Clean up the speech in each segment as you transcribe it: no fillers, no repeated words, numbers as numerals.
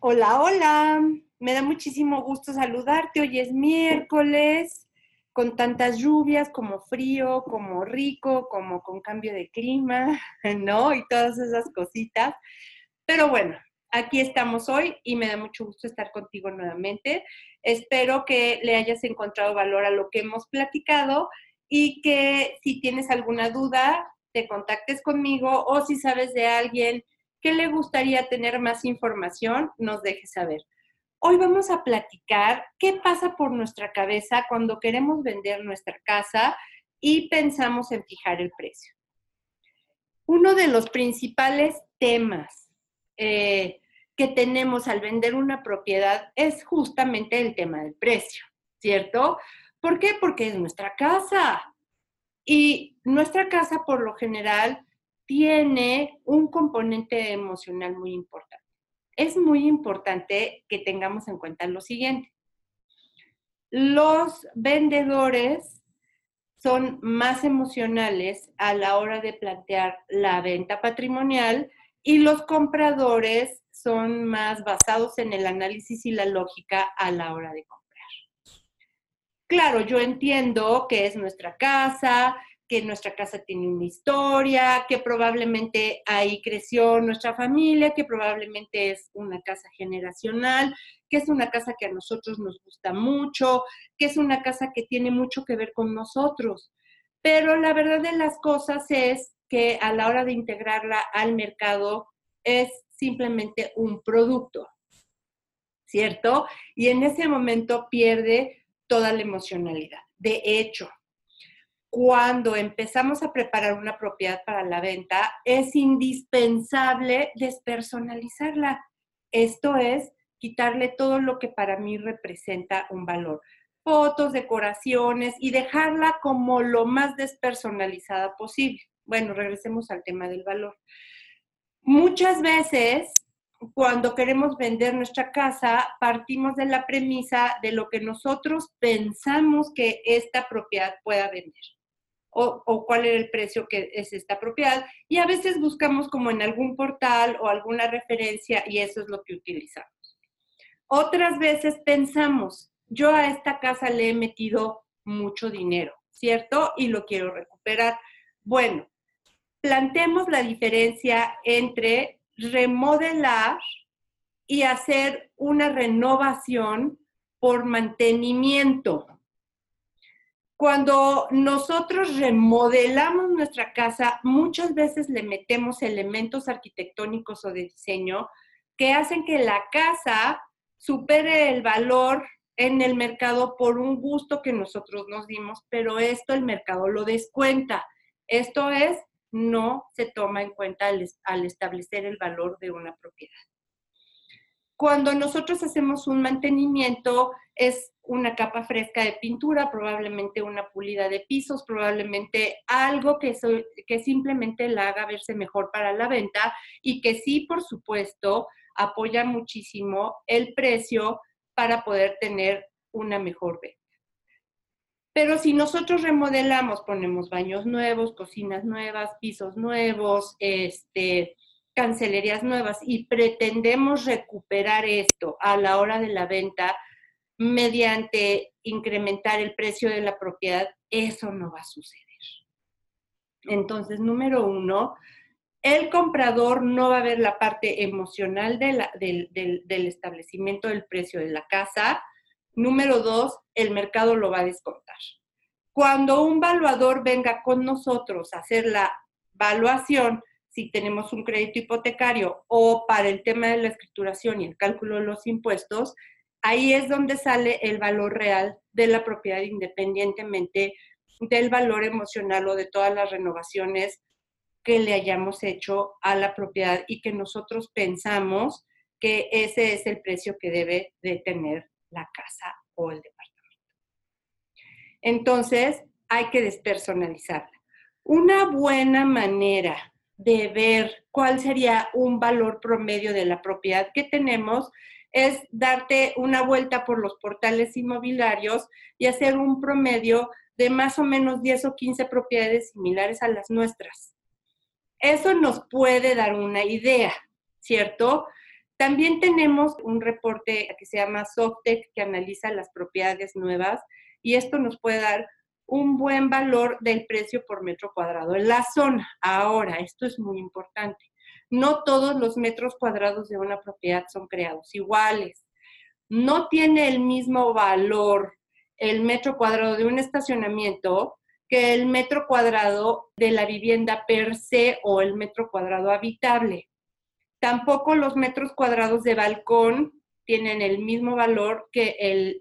Hola, hola. Me da muchísimo gusto saludarte. Hoy es miércoles, con tantas lluvias, como frío, como rico, como con cambio de clima, ¿no? Y todas esas cositas. Pero bueno, aquí estamos hoy y me da mucho gusto estar contigo nuevamente. Espero que le hayas encontrado valor a lo que hemos platicado y que si tienes alguna duda, te contactes conmigo o si sabes de alguien que le gustaría tener más información, nos dejes saber. Hoy vamos a platicar qué pasa por nuestra cabeza cuando queremos vender nuestra casa y pensamos en fijar el precio. Uno de los principales temas que tenemos al vender una propiedad es justamente el tema del precio, ¿cierto? ¿Por qué? Porque es nuestra casa. Y nuestra casa, por lo general, tiene un componente emocional muy importante. Es muy importante que tengamos en cuenta lo siguiente. Los vendedores son más emocionales a la hora de plantear la venta patrimonial y los compradores son más basados en el análisis y la lógica a la hora de comprar. Claro, yo entiendo que es nuestra casa, que nuestra casa tiene una historia, que probablemente ahí creció nuestra familia, que probablemente es una casa generacional, que es una casa que a nosotros nos gusta mucho, que es una casa que tiene mucho que ver con nosotros. Pero la verdad de las cosas es que a la hora de integrarla al mercado es simplemente un producto, ¿cierto? Y en ese momento pierde toda la emocionalidad. De hecho, cuando empezamos a preparar una propiedad para la venta, es indispensable despersonalizarla. Esto es, quitarle todo lo que para mí representa un valor. Fotos, decoraciones y dejarla como lo más despersonalizada posible. Bueno, regresemos al tema del valor. Muchas veces, cuando queremos vender nuestra casa, partimos de la premisa de lo que nosotros pensamos que esta propiedad pueda vender o cuál era el precio que es esta propiedad. Y a veces buscamos como en algún portal o alguna referencia y eso es lo que utilizamos. Otras veces pensamos, yo a esta casa le he metido mucho dinero, ¿cierto? Y lo quiero recuperar. Bueno, planteemos la diferencia entre remodelar y hacer una renovación por mantenimiento. Cuando nosotros remodelamos nuestra casa, muchas veces le metemos elementos arquitectónicos o de diseño que hacen que la casa supere el valor en el mercado por un gusto que nosotros nos dimos, pero esto el mercado lo descuenta. Esto es, no se toma en cuenta al establecer el valor de una propiedad. Cuando nosotros hacemos un mantenimiento, es una capa fresca de pintura, probablemente una pulida de pisos, probablemente algo que simplemente la haga verse mejor para la venta y que sí, por supuesto, apoya muchísimo el precio para poder tener una mejor venta. Pero si nosotros remodelamos, ponemos baños nuevos, cocinas nuevas, pisos nuevos, cancelerías nuevas y pretendemos recuperar esto a la hora de la venta mediante incrementar el precio de la propiedad, eso no va a suceder. Entonces, número uno, el comprador no va a ver la parte emocional del establecimiento del precio de la casa. Número dos, el mercado lo va a descontar. Cuando un valuador venga con nosotros a hacer la valuación, si tenemos un crédito hipotecario o para el tema de la escrituración y el cálculo de los impuestos, ahí es donde sale el valor real de la propiedad independientemente del valor emocional o de todas las renovaciones que le hayamos hecho a la propiedad y que nosotros pensamos que ese es el precio que debe de tener la casa o el departamento. Entonces, hay que despersonalizarla. Una buena manera de ver cuál sería un valor promedio de la propiedad que tenemos es darte una vuelta por los portales inmobiliarios y hacer un promedio de más o menos 10 o 15 propiedades similares a las nuestras. Eso nos puede dar una idea, ¿cierto? También tenemos un reporte que se llama Softec, que analiza las propiedades nuevas, y esto nos puede dar un buen valor del precio por metro cuadrado en la zona. Ahora, esto es muy importante. No todos los metros cuadrados de una propiedad son creados iguales. No tiene el mismo valor el metro cuadrado de un estacionamiento que el metro cuadrado de la vivienda per se o el metro cuadrado habitable. Tampoco los metros cuadrados de balcón tienen el mismo valor que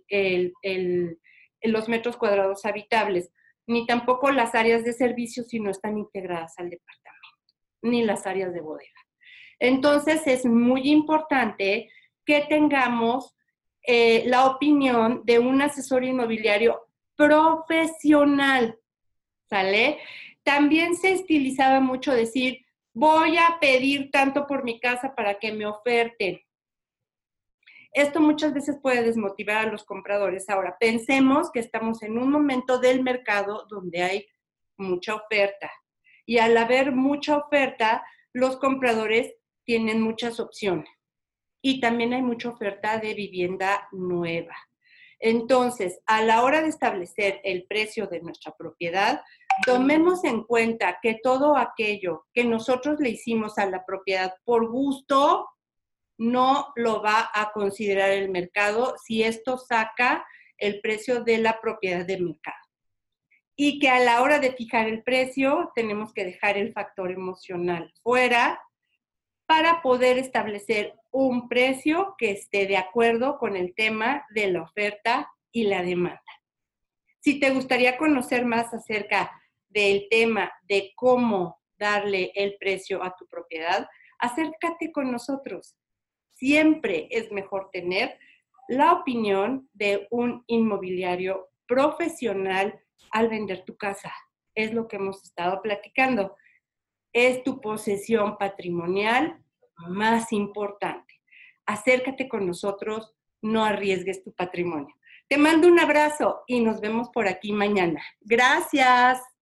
los metros cuadrados habitables, ni tampoco las áreas de servicio si no están integradas al departamento, ni las áreas de bodega. Entonces es muy importante que tengamos la opinión de un asesor inmobiliario profesional, ¿sale? También se estilizaba mucho decir, voy a pedir tanto por mi casa para que me oferten. Esto muchas veces puede desmotivar a los compradores. Ahora, pensemos que estamos en un momento del mercado donde hay mucha oferta. Y al haber mucha oferta, los compradores tienen muchas opciones. Y también hay mucha oferta de vivienda nueva. Entonces, a la hora de establecer el precio de nuestra propiedad, tomemos en cuenta que todo aquello que nosotros le hicimos a la propiedad por gusto, no lo va a considerar el mercado si esto saca el precio de la propiedad del mercado. Y que a la hora de fijar el precio, tenemos que dejar el factor emocional fuera para poder establecer un precio que esté de acuerdo con el tema de la oferta y la demanda. Si te gustaría conocer más acerca del tema de cómo darle el precio a tu propiedad, acércate con nosotros. Siempre es mejor tener la opinión de un inmobiliario profesional al vender tu casa. Es lo que hemos estado platicando. Es tu posesión patrimonial más importante. Acércate con nosotros, no arriesgues tu patrimonio. Te mando un abrazo y nos vemos por aquí mañana. Gracias.